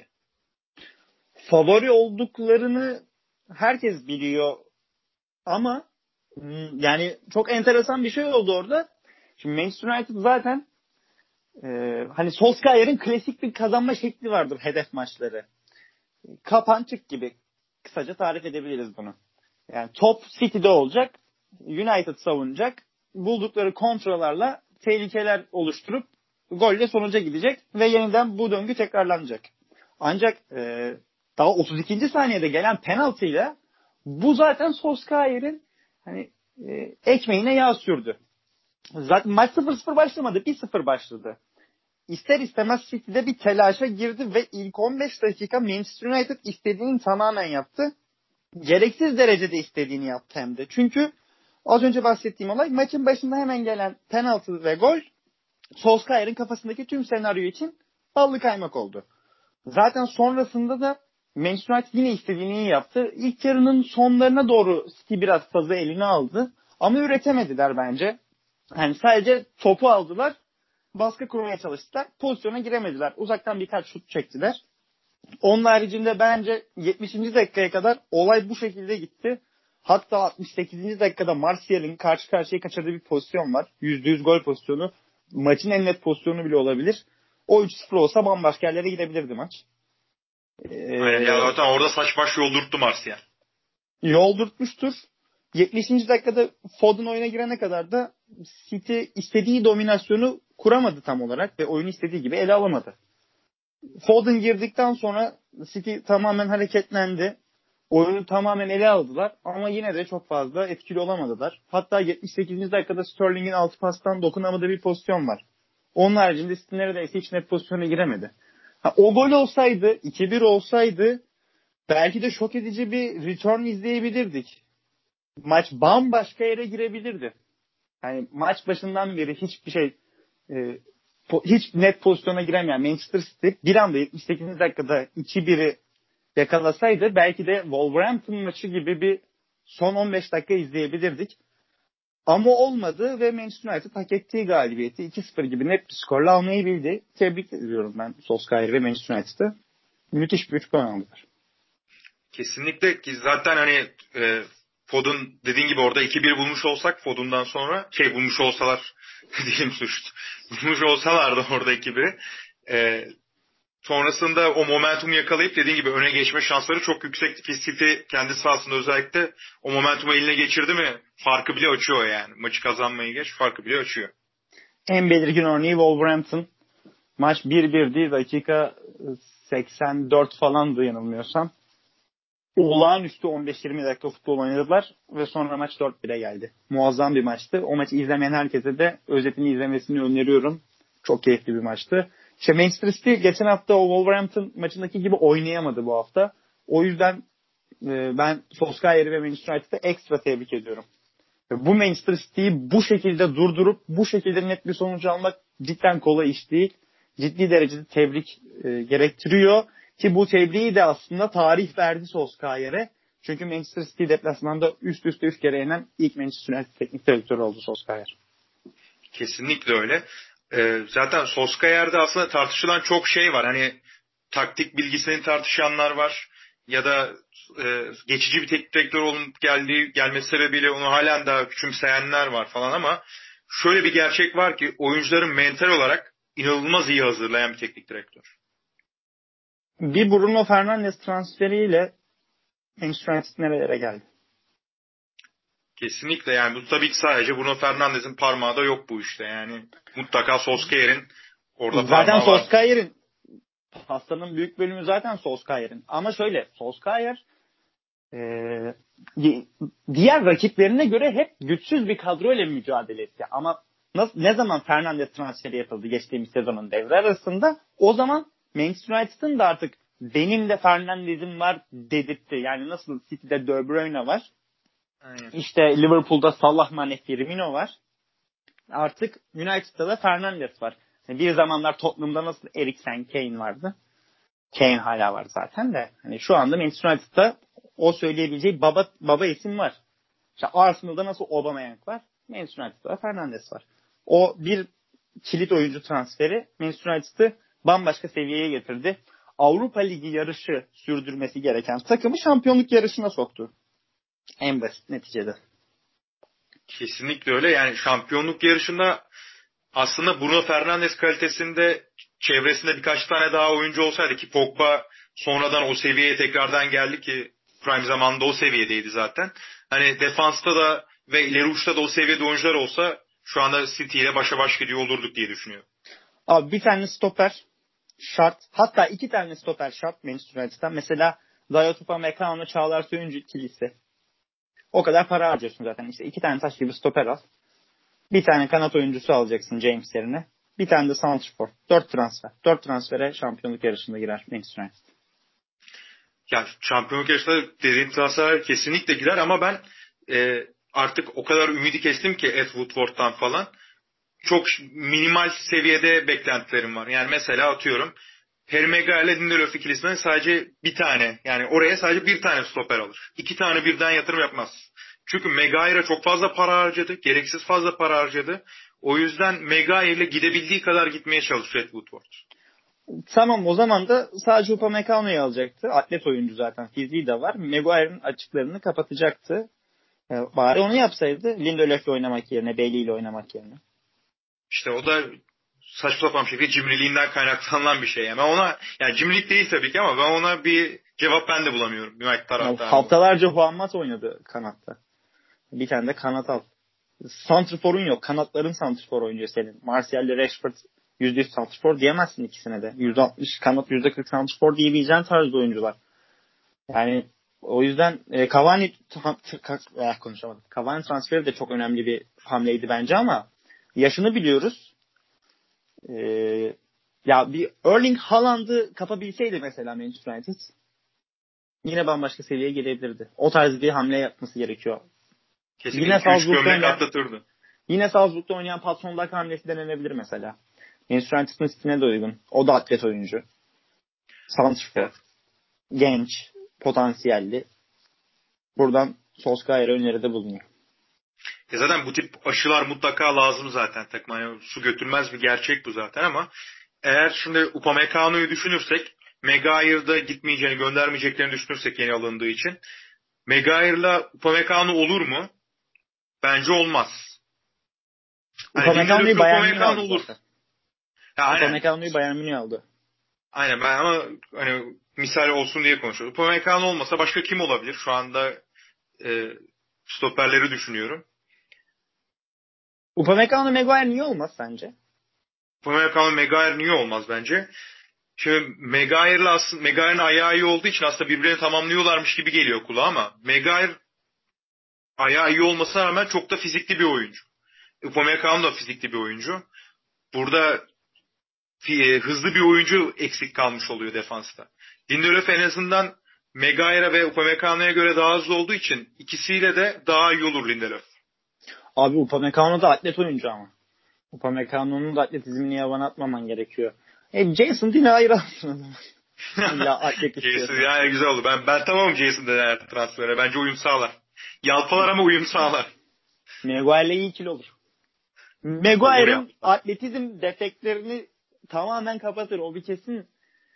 Favori olduklarını herkes biliyor ama yani çok enteresan bir şey oldu orada. Şimdi Manchester United zaten hani Solskjaer'in klasik bir kazanma şekli vardır hedef maçları. Kapançık gibi kısaca tarif edebiliriz bunu. Yani top City'de olacak, United savunacak, buldukları kontrollerle tehlikeler oluşturup golle sonuca gidecek ve yeniden bu döngü tekrarlanacak. Ancak daha 32. saniyede gelen penaltıyla bu zaten Solskjaer'in hani ekmeğine yağ sürdü. Zaten maç 0-0 başlamadı, 1-0 başladı. İster istemez City'de bir telaşa girdi ve ilk 15 dakika Manchester United istediğini tamamen yaptı. Gereksiz derecede istediğini yaptı hem de. Çünkü az önce bahsettiğim olay maçın başında hemen gelen penaltı ve gol Solskjaer'in kafasındaki tüm senaryo için ballı kaymak oldu. Zaten sonrasında da Manchester United yine istediğini yaptı. İlk yarının sonlarına doğru City biraz fazla eline aldı. Ama üretemediler bence. Yani sadece topu aldılar. Baskı kurmaya çalıştılar. Pozisyona giremediler. Uzaktan birkaç şut çektiler. Onun haricinde bence 70. dakikaya kadar olay bu şekilde gitti. Hatta 68. dakikada Martial'in karşı karşıya kaçırdığı bir pozisyon var. %100 gol pozisyonu. Maçın en net pozisyonu bile olabilir. O 3-0 olsa bambaşka yerlere gidebilirdi maç. Aynen ya zaten orada saç baş yoldurttu Martial. Yoldurtmuştur. 70. dakikada Foden oyuna girene kadar da City istediği dominasyonu kuramadı tam olarak ve oyunu istediği gibi ele alamadı. Foden girdikten sonra City tamamen hareketlendi. Oyunu tamamen ele aldılar ama yine de çok fazla etkili olamadılar. Hatta 78. dakikada Sterling'in altı pastan dokunamadığı bir pozisyon var. Onun haricinde City neredeyse hiç net pozisyona giremedi. O gol olsaydı, 2-1 olsaydı belki de şok edici bir return izleyebilirdik. Maç bambaşka yere girebilirdi. Yani maç başından beri hiçbir şey hiç net pozisyona giremeyen Manchester City bir anda 78. dakikada 2-1'i yakalasaydı belki de Wolverhampton maçı gibi bir son 15 dakika izleyebilirdik. Ama olmadı ve Manchester United hak ettiği galibiyeti 2-0 gibi net bir skorla almayı bildi. Tebrik ediyorum ben Solskjaer ve Manchester United'ı. Müthiş bir 3 puan aldılar. Kesinlikle ki zaten hani Foden dediğin gibi orada 2-1 bulmuş olsak Foden'dan sonra bulmuş olsalar diyelim suçtu. Bulmuş olsalardı orada 2-1'i. Sonrasında o momentumu yakalayıp dediğin gibi öne geçme şansları çok yüksekti ki City kendi sahasında özellikle o momentumu eline geçirdi mi farkı bile açıyor yani. Maçı kazanmayı geç farkı bile açıyor. En belirgin örneği Wolverhampton. Maç 1-1'di. Dakika 84 falandı yanılmıyorsam. Olağanüstü 15-20 dakika futbol oynadılar ve sonra maç 4-1'e geldi. Muazzam bir maçtı. O maçı izlemeyen herkese de özetini izlemesini öneriyorum. Çok keyifli bir maçtı. İşte Manchester City geçen hafta o Wolverhampton maçındaki gibi oynayamadı bu hafta. O yüzden ben Solskjaer'i ve Manchester United'ı ekstra tebrik ediyorum. Bu Manchester City'yi bu şekilde durdurup bu şekilde net bir sonuç almak cidden kolay iş değil. Ciddi derecede tebrik gerektiriyor. Ki bu tebriği de aslında tarih verdi Solskjaer'e. Çünkü Manchester City deplasmanda üst üste 3 kere yenen ilk Manchester United teknik direktörü oldu Solskjaer. Kesinlikle öyle. Zaten Solskjaer'de aslında tartışılan çok şey var. Hani taktik bilgisini tartışanlar var. Ya da geçici bir teknik direktör olup gelmesi sebebiyle onu halen daha küçümseyenler var falan ama şöyle bir gerçek var ki oyuncuların mental olarak inanılmaz iyi hazırlayan bir teknik direktör. Bir Bruno Fernandes transferiyle Manchester United nerelere geldi? Kesinlikle yani bu tabii ki sadece Bruno Fernandes'in parmağı da yok bu işte yani mutlaka Solskjaer'in orada zaten parmağı var. Solskjaer'in pastanın büyük bölümü zaten Solskjaer'in. Ama şöyle Solskjaer diğer rakiplerine göre hep güçsüz bir kadroyla mücadele etti. Ama ne zaman Fernandes transferi yapıldı geçtiğimiz sezonun devre arasında o zaman Manchester United'ın da artık benim de Fernandes'im var dedirtti. Yani nasıl City'de De Bruyne var. Aynen. İşte Liverpool'da Salah, Mane, Firmino var. Artık United'da da Fernandes var. Yani bir zamanlar Tottenham'da nasıl Eriksen, Kane vardı. Kane hala var zaten de. Hani şu anda Manchester United'da o söyleyebileceği baba isim var. İşte Arsenal'da nasıl Aubameyang var. Manchester United'da da Fernandes var. O bir kilit oyuncu transferi Manchester United'ı bambaşka seviyeye getirdi. Avrupa Ligi yarışı sürdürmesi gereken takımı şampiyonluk yarışına soktu. En basit neticede. Kesinlikle öyle. Yani şampiyonluk yarışında aslında Bruno Fernandes kalitesinde çevresinde birkaç tane daha oyuncu olsaydı ki Pogba sonradan o seviyeye tekrardan geldi ki prime zamanında o seviyedeydi zaten. Hani defansta da ve Leroux'ta da o seviyede oyuncular olsa şu anda City ile başa baş gidiyor olurduk diye düşünüyorum. Abi bir tane stoper şart. Hatta iki tane stoper şart Manchester United'dan. Mesela Dayot Upamecano, Çağlar Söyüncü ikilisi. O kadar para harcıyorsun zaten. İşte iki tane taş gibi stoper al. Bir tane kanat oyuncusu alacaksın James yerine. Bir tane de santrfor. 4 transfer. 4 transfere şampiyonluk yarışında girer Manchester United. Ya şampiyonluk yarışında dediğim transferler kesinlikle girer ama ben artık o kadar ümidi kestim ki Ed Woodward'dan falan. Çok minimal seviyede beklentilerim var. Yani mesela atıyorum Harry Maguire ile Lindelof ikilisinden sadece bir tane yani oraya sadece bir tane stoper alır. İki tane birden yatırım yapmaz. Çünkü Maguire'a çok fazla para harcadı. Gereksiz fazla para harcadı. O yüzden Maguire ile gidebildiği kadar gitmeye çalışıyor Ed Woodward. Tamam o zaman da sadece Upamecano'yu alacaktı. Atlet oyuncu zaten. Fiziği de var. Maguire'ın açıklarını kapatacaktı. Bari onu yapsaydı. Lindelof'le oynamak yerine, Bailey ile oynamak yerine. İşte o da saçma sapan bir şekilde cimriliğinden kaynaklanan bir şey. Yani ben ona yani cimrilik değil tabii ki ama ben ona bir cevap ben de bulamıyorum. United taraftarı. Haftalarca Juan Mata oynadı kanatta. Bir tane de kanat al. Santrfor'un yok. Kanatların santrfor oyuncu senin. Martial ile Rashford %100 santrfor diyemezsin ikisine de. %60 kanat %40 santrfor diyebileceğin tarzda oyuncular. Yani o yüzden Cavani konuşamadım. Cavani transferi de çok önemli bir hamleydi bence ama yaşını biliyoruz. Ya bir Erling Haaland'ı kapabilseydi mesela Manchester United yine bambaşka seviyeye gelebilirdi. O tarz bir hamle yapması gerekiyor. Kesinlikle 2-3 gömlek atlatırdı. Yine Salzburg'da oynayan Patson Daka hamlesi denenebilir mesela. Manchester United'ın stiline de uygun. O da atlet oyuncu. Santrfor. Evet. Genç. Potansiyelli. Buradan Solskjaer'e öneride bulunuyor. Zaten bu tip aşılar mutlaka lazım zaten takıma. Yani su götürmez bir gerçek bu zaten ama eğer şimdi Upamecano'yu düşünürsek, Maguire'da gitmeyeceğini, göndermeyeceklerini düşünürsek yeni alındığı için, Maguire'la Upamecano olur mu? Bence olmaz. Upamecano'yu Bayern Münih aldı olur. Upamecano'yu Bayern Münih aldı. Aynen, ben ama hani misal olsun diye konuşuyorum. Upamecano olmasa başka kim olabilir? Şu anda stoperleri düşünüyorum. Upamecano Maguire niye olmaz sence? Upamecano Maguire niye olmaz bence? Şimdi Maguire'ın ayağı iyi olduğu için aslında birbirlerini tamamlıyorlarmış gibi geliyor kulağa ama Maguire ayağı iyi olmasına rağmen çok da fizikli bir oyuncu. Upamecano da fizikli bir oyuncu. Burada hızlı bir oyuncu eksik kalmış oluyor defansta. Lindelöf en azından Maguire'a ve Upamecano'ya göre daha hızlı olduğu için ikisiyle de daha iyi olur Lindelöf. Abi Upamecano da atlet oyuncu ama. Upamecano'nun da atletizmini yaban atmaman gerekiyor. Jason Dean'e ayırarsın. İlla atlet istiyorsun. Jason yani güzel oldu. Ben tamamım Jason Dean'e transfere. Bence uyum sağlar. Yalpalar ama uyum sağlar. Maguire'le iyi ikili olur. Maguire'ın atletizm defektlerini tamamen kapatır. O bir kesin.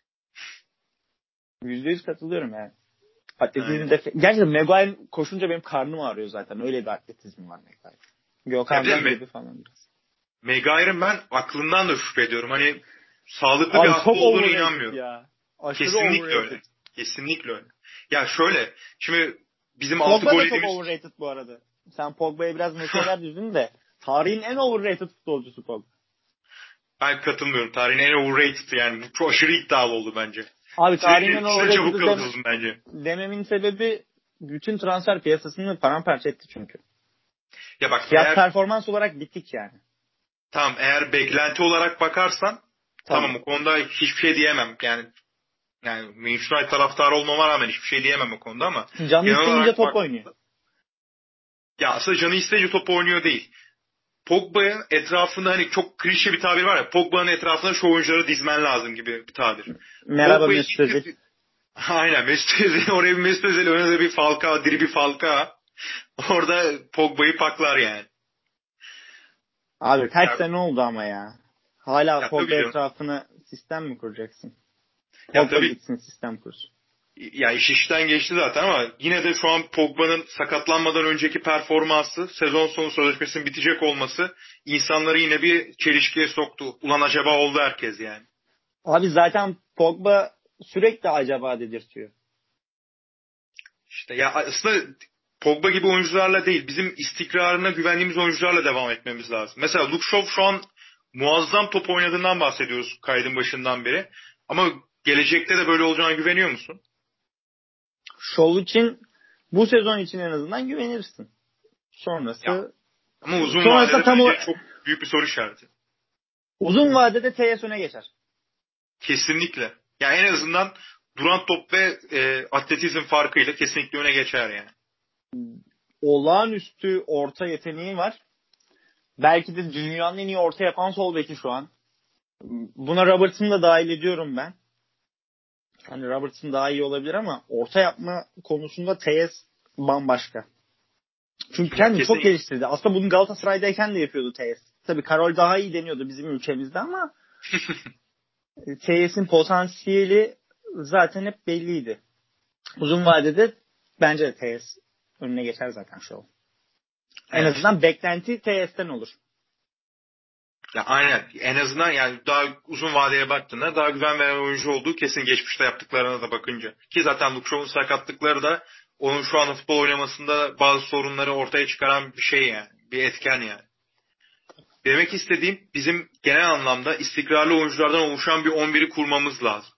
%100 katılıyorum yani. Atletizm defekt. Gerçekten Maguire koşunca benim karnım ağrıyor zaten. Öyle bir atletizm var Maguire. Gökhan'dan gibi falan biraz. Maguire'ın ben aklından da şüphe ediyorum. Hani sağlıklı bir aklı olduğunu inanmıyorum. Ya. Kesinlikle öyle. Kesinlikle öyle. Ya şöyle, şimdi bizim 6 gol yediğimiz... Pogba da çok overrated bu arada. Sen Pogba'ya biraz meşeler düzdün de tarihin en overrated futbolcusu Pogba. Ben katılmıyorum. Tarihin en overrated yani. Bu çok aşırı iddialı oldu bence. Abi tarihin en overrated dememin sebebi bütün transfer piyasasını paramparça etti çünkü. Ya bak, fiyat performans olarak bittik yani. Tamam, eğer beklenti olarak bakarsan tamam o konuda hiçbir şey diyemem. Yani Manchester United taraftarı olmama rağmen hiçbir şey diyemem o konuda ama canı isteyince top oynuyor. Ya aslında canı isteyince top oynuyor değil. Pogba'nın etrafında hani çok klişe bir tabir var ya, Pogba'nın etrafında şu oyuncuları dizmen lazım gibi bir tabir. Merhaba Mesut Özil. Aynen, Mesut Özil. Oraya bir Mesut Özil, önünde bir Falcao, diri bir Falcao. Orada Pogba'yı paklar yani. Abi kaç sene oldu ama ya. Hala Pogba etrafına sistem mi kuracaksın? Pogba gitsin sistem kursun. Ya iş işten geçti zaten ama yine de şu an Pogba'nın sakatlanmadan önceki performansı, sezon sonu sözleşmesinin bitecek olması insanları yine bir çelişkiye soktu. Ulan acaba oldu herkes yani. Abi zaten Pogba sürekli acaba dedirtiyor. İşte ya aslında Pogba gibi oyuncularla değil, bizim istikrarına güvendiğimiz oyuncularla devam etmemiz lazım. Mesela Luke Shaw şu an muazzam top oynadığından bahsediyoruz kaydın başından beri. Ama gelecekte de böyle olacağına güveniyor musun? Shaw için bu sezon için en azından güvenirsin. Sonrası ama uzun vadede bence çok büyük bir soru işareti. Uzun vadede TS öne geçer. Kesinlikle. Yani en azından duran top ve atletizm farkıyla kesinlikle öne geçer yani. Olağanüstü orta yeteneği var. Belki de dünyanın en iyi orta yapan sol beki şu an. Buna Robertson'u da dahil ediyorum ben. Hani Robertson daha iyi olabilir ama orta yapma konusunda TS bambaşka. Çünkü kendini çok geliştirdi. Aslında bunu Galatasaray'dayken de yapıyordu TS. Tabii Karol daha iyi deniyordu bizim ülkemizde ama TS'in potansiyeli zaten hep belliydi. Uzun vadede bence de TS önüne geçer zaten şu an. En azından beklenti TS'ten olur. Ya aynen. En azından yani daha uzun vadeye baktığında daha güven veren oyuncu olduğu kesin, geçmişte yaptıklarına da bakınca. Ki zaten Luke Shaw'un sakatlıkları da onun şu anda futbol oynamasında bazı sorunları ortaya çıkaran bir şey yani. Bir etken yani. Demek istediğim, bizim genel anlamda istikrarlı oyunculardan oluşan bir 11'i kurmamız lazım.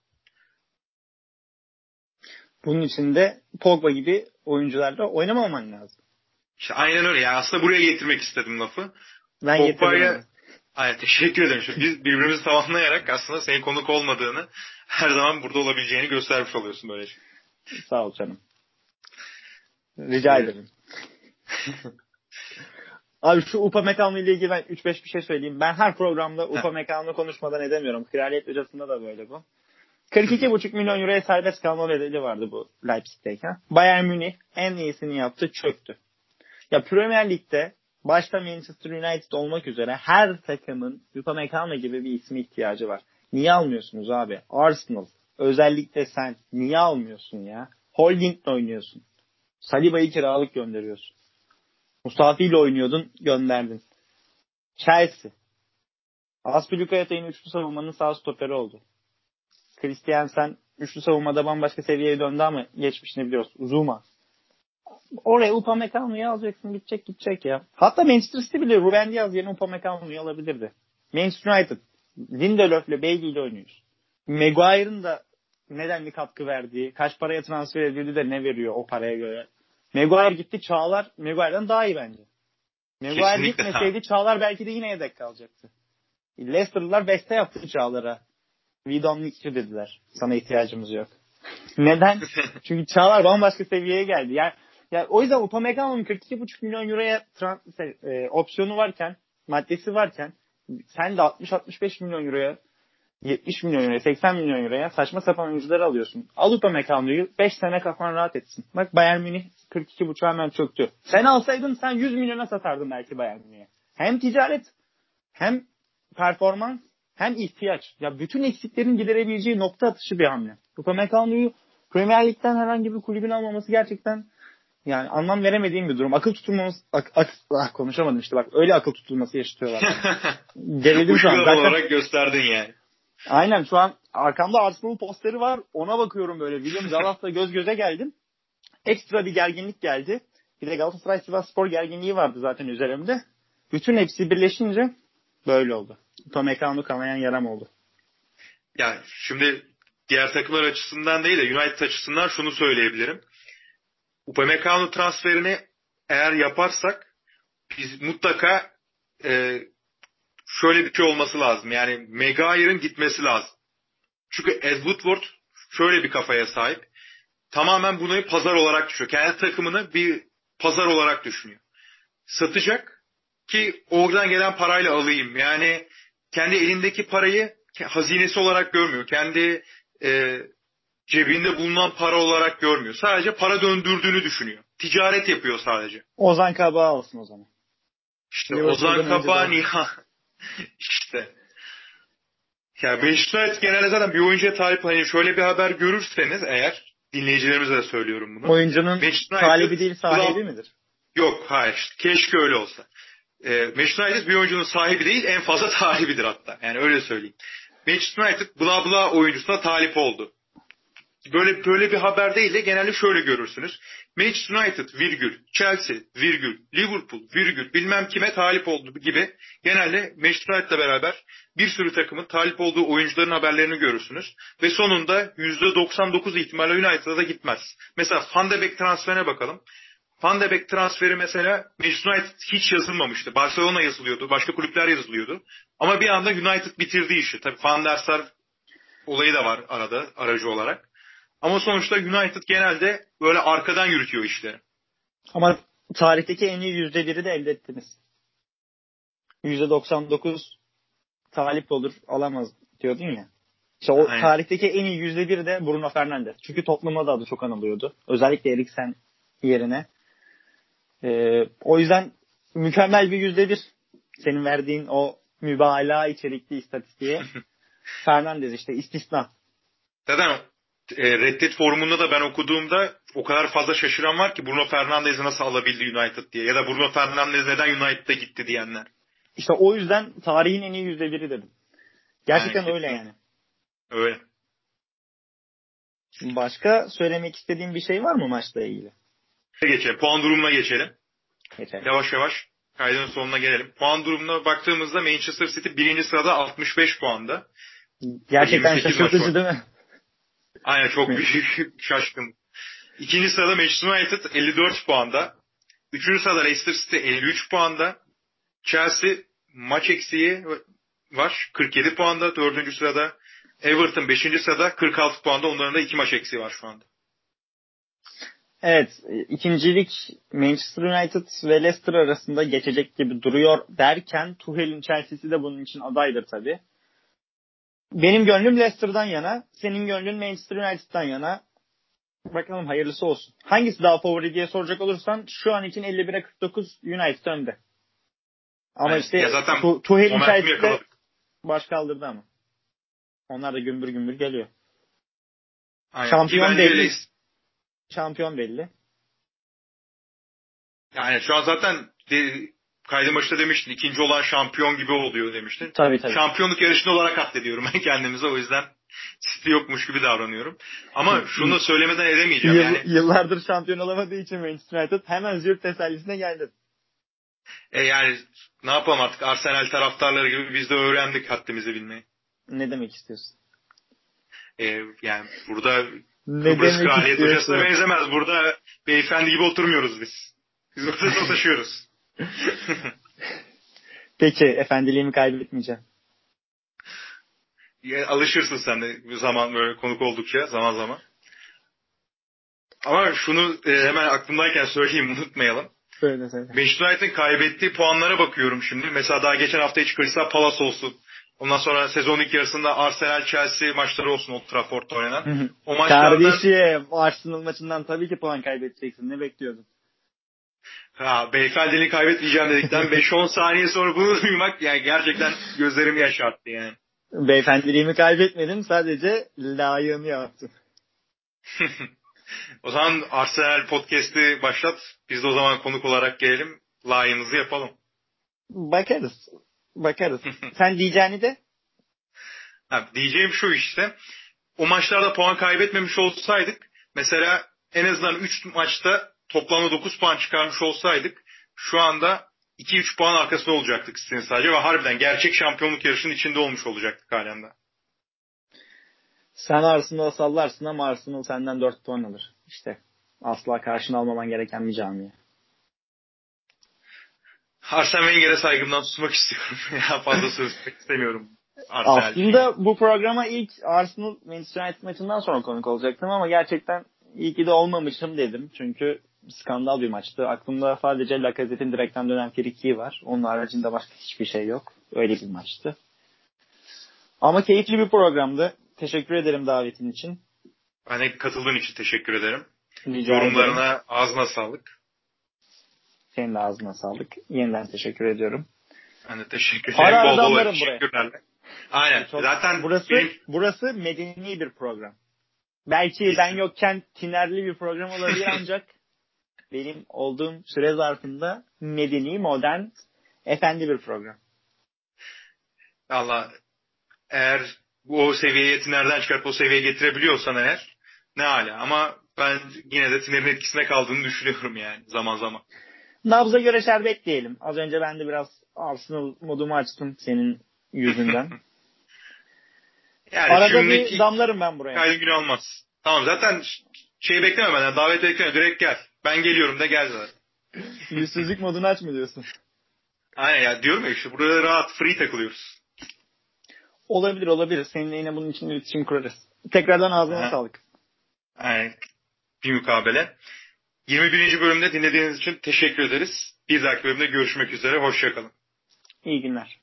Bunun için de Pogba gibi oyuncularla oynamaman lazım. İşte aynen öyle. Yani aslında buraya getirmek istedim lafı. Ben getirdim. Aynen, teşekkür ederim. Biz birbirimizi tamamlayarak aslında senin konuk olmadığını, her zaman burada olabileceğini göstermiş oluyorsun böylece. Sağ ol canım. Rica ederim. Abi şu Upamecano ile ilgili ben 3-5 bir şey söyleyeyim. Ben her programda Upamecano konuşmadan edemiyorum. Kraliyet Hocası'nda da böyle bu. 42,5 milyon euroya serbest kalma bedeli vardı bu Leipzig'teyken. Bayern Münih en iyisini yaptı, çöktü. Ya Premier Lig'de başta Manchester United olmak üzere her takımın Upamecano gibi bir ismi ihtiyacı var. Niye almıyorsunuz abi? Arsenal, özellikle sen niye almıyorsun ya? Holding'le oynuyorsun. Saliba'yı kiralık gönderiyorsun. Mustafi ile oynuyordun, gönderdin. Chelsea. Azpilicueta'nın üçlü savunmanın sağ stoperi oldu. Christiansen üçlü savunmada bambaşka seviyeye döndü ama geçmişini biliyoruz. Zuma. Oraya Upamecano'yu alacaksın, gidecek ya. Hatta Manchester City bile Ruben Dias yerine Upamecano'yu alabilirdi. Manchester United Lindelöf'le Bailey ile oynuyor. Maguire'ın da nedenli katkı verdiği, kaç paraya transfer edildi de ne veriyor o paraya göre. Maguire gitti, Çağlar Maguire'dan daha iyi bence. Maguire kesinlikle gitmeseydi Çağlar belki de yine yedek kalacaktı. Leicester'lılar beste yaptı Çağlar'a. We don't need you dediler. Sana ihtiyacımız yok. Neden? Çünkü Çağlar bambaşka seviyeye geldi. Yani o yüzden Upamecano'nun 42,5 milyon euroya opsiyonu varken, maddesi varken sen de 60-65 milyon euroya, 70 milyon euroya, 80 milyon euroya saçma sapan oyuncuları alıyorsun. Al Upamecano'yu 5 sene kafan rahat etsin. Bak Bayern Münih 42,5 hemen çöktü. Sen alsaydın sen 100 milyona satardın belki Bayern Münih'e. Hem ticaret, hem performans, hem ihtiyaç. Ya bütün eksiklerin giderebileceği nokta atışı bir hamle. Upamecano'yu Premier Lig'den herhangi bir kulübün almaması gerçekten yani anlam veremediğim bir durum. Akıl tutulması konuşamadım işte bak. Öyle akıl tutulması yaşatıyorlar. Gerildim şu an. Zaten olarak gösterdin yani. Aynen, şu an arkamda Arsenal posteri var. Ona bakıyorum böyle. William Galatasaray göz göze geldim. Ekstra bir gerginlik geldi. Bir de Galatasaray Sivasspor gerginliği vardı zaten üzerimde. Bütün hepsi birleşince böyle oldu. Upamecano kanayan yaram oldu. Ya şimdi diğer takımlar açısından değil de United açısından şunu söyleyebilirim. Upamecano transferini eğer yaparsak biz mutlaka şöyle bir şey olması lazım. Yani Maguire'ın gitmesi lazım. Çünkü Ed Woodward şöyle bir kafaya sahip. Tamamen bunu pazar olarak düşünüyor. Kendi takımını bir pazar olarak düşünüyor. Satacak ki oradan gelen parayla alayım. Yani kendi elindeki parayı hazinesi olarak görmüyor. Kendi cebinde bulunan para olarak görmüyor. Sadece para döndürdüğünü düşünüyor. Ticaret yapıyor sadece. Ozan Kabak olsun o zaman. İşte Ozan Kabak ya. İşte. Ya Beşiktaş genelde zaten bir oyuncuya talip, hani şöyle bir haber görürseniz eğer, dinleyicilerimize de söylüyorum bunu. Oyuncunun talibi değil sahibi midir? Yok, hayır. Keşke öyle olsa. Manchester United bir oyuncunun sahibi değil, en fazla talibidir hatta. Yani öyle söyleyeyim. Manchester United bla bla oyuncusuna talip oldu. Böyle bir haber değil de genelde şöyle görürsünüz. Manchester United virgül, Chelsea virgül, Liverpool virgül, bilmem kime talip oldu gibi genelde Manchester United'la beraber bir sürü takımın talip olduğu oyuncuların haberlerini görürsünüz. Ve sonunda %99 ihtimalle United'a da gitmez. Mesela Van de Beek transferine bakalım. Van de Beek transferi mesela Manchester United hiç yazılmamıştı. Barcelona yazılıyordu, başka kulüpler yazılıyordu. Ama bir anda United bitirdi işi. Tabii Van der Sar olayı da var arada, aracı olarak. Ama sonuçta United genelde böyle arkadan yürütüyor işleri. Ama tarihteki en iyi %1'i de elde ettiniz. %99 talip olur, alamaz diyordun ya. İşte o aynen. Tarihteki en iyi %1 de Bruno Fernandes. Çünkü Tottenham'da da adı çok anılıyordu. Özellikle Eriksen yerine. O yüzden mükemmel bir %1. Senin verdiğin o mübalağa içerikli istatistiğe. Fernandes işte istisna. Zaten Reddit forumunda da ben okuduğumda o kadar fazla şaşıran var ki Bruno Fernandes'i nasıl alabildi United diye. Ya da Bruno Fernandes neden United'a gitti diyenler. İşte o yüzden tarihin en iyi %1'i dedim. Gerçekten yani, öyle yani. Öyle. Başka söylemek istediğin bir şey var mı maçla ilgili? Geçelim. Puan durumuna geçelim. Yavaş yavaş kaydın sonuna gelelim. Puan durumuna baktığımızda Manchester City 1. sırada 65 puanda. Gerçekten şaşırtıcı değil mi? Aynen, çok büyük şaşkın. 2. sırada Manchester United 54 puanda. 3. sırada Leicester City 53 puanda. Chelsea maç eksiği var. 47 puanda 4. sırada. Everton 5. sırada 46 puanda. Onların da 2 maç eksiği var şu anda. Evet, ikincilik Manchester United ve Leicester arasında geçecek gibi duruyor derken Tuchel'in Chelsea'si de bunun için adaydır tabii. Benim gönlüm Leicester'dan yana, senin gönlün Manchester United'dan yana. Bakalım hayırlısı olsun. Hangisi daha favori diye soracak olursan şu an için 51'e 49 United önde. Ama Yani işte zaten Tuchel'in momentumu Chelsea'de yakaladık. baş kaldırdı ama. Onlar da gümbür gümbür geliyor. Aynen. Şampiyon belli. Şampiyon belli. Yani şu an zaten kaydın başında demiştin. İkinci olan şampiyon gibi oluyor demiştin. Tabii. Şampiyonluk yarışında olarak addediyorum ben kendimize. O yüzden City yokmuş gibi davranıyorum. Ama şunu söylemeden edemeyeceğim. Yani Yıllardır şampiyon olamadığı için Manchester United hemen züğürt tesellisine geldi. Yani ne yapalım artık, Arsenal taraftarları gibi biz de öğrendik haddimizi bilmeyi. Ne demek istiyorsun? Yani burada Ne Kıbrıs demek Kraliyet istiyorsun? Hocası'na benzemez. Burada beyefendi gibi oturmuyoruz biz. Biz burada sataşıyoruz. Peki, efendiliğimi kaybetmeyeceğim. Alışırsın sen de zaman böyle konuk oldukça zaman zaman. Ama şunu hemen aklımdayken söyleyeyim, unutmayalım. Söyle. Manchester United'in kaybettiği puanlara bakıyorum şimdi. Mesela daha geçen hafta hiç Crystal Palace olsun. Ondan sonra sezonun ilk yarısında Arsenal Chelsea maçları olsun, Old Trafford'da oynanan. O maçlardan... Kardeşim, Arsenal maçından tabii ki puan kaybedeceksin. Ne bekliyordun? Beyefendiliğini kaybetmeyeceğim dedikten 5-10 saniye sonra bunu duymak yani gerçekten gözlerimi yaşarttı yani. Beyefendiliğimi kaybetmedim. Sadece layığını yaptım. O zaman Arsenal Podcast'i başlat. Biz de o zaman konuk olarak gelelim. Layığımızı yapalım. Bakarız. Sen diyeceğini de? Diyeceğim şu işte. O maçlarda puan kaybetmemiş olsaydık, mesela en azından 3 maçta toplamda 9 puan çıkarmış olsaydık, şu anda 2-3 puan arkasında olacaktık sizin sadece ve harbiden gerçek şampiyonluk yarışının içinde olmuş olacaktık halen de. Sen Arsenal'a sallarsın ama Arsenal senden 4 puan alır. İşte asla karşına almaman gereken bir camia. Arsene Wenger'e saygımdan susmak istiyorum. Ya fazla sözlemek istemiyorum. Aslında bu programa ilk Arsenal Manchester United maçından sonra konuk olacaktım ama gerçekten iyi ki de olmamışım dedim. Çünkü skandal bir maçtı. Aklımda sadece Lacazette'in direkten dönen frikiği var. Onun haricinde başka hiçbir şey yok. Öyle bir maçtı. Ama keyifli bir programdı. Teşekkür ederim davetin için. Hani katıldığın için teşekkür ederim. Rica Yorumlarına ederim. ağzına sağlık. Senin de ağzına sağlık. Yeniden teşekkür ediyorum. Ben de teşekkür ederim. Ara Bol bol buraya. teşekkürlerle. Aynen. Zaten burası medeni bir program. Belki ben yokken tinerli bir program olabilir ancak benim olduğum süre zarfında medeni, modern, efendi bir program. Allah, eğer o seviyeye tinerden çıkartıp o seviyeye getirebiliyorsan eğer ne hala. Ama ben yine de tinerin etkisine kaldığını düşünüyorum yani zaman zaman. Nabza göre şerbet diyelim. Az önce ben de biraz Arsenal modumu açtım senin yüzünden. Yani arada bir damlarım ben buraya. Kaydın günü olmaz. Tamam, zaten bekleme benden. Davet bekleme. Direkt gel. Ben geliyorum da gel zaten. Yüzsüzlük modunu aç mı diyorsun? Aynen ya, diyorum ya işte burada rahat free takılıyoruz. Olabilir. Seninle yine bunun için iletişim kurarız. Tekrardan ağzına sağlık. Aynen. Bir mukabele. 21. bölümde dinlediğiniz için teşekkür ederiz. Bir dahaki bölümde görüşmek üzere. Hoşça kalın. İyi günler.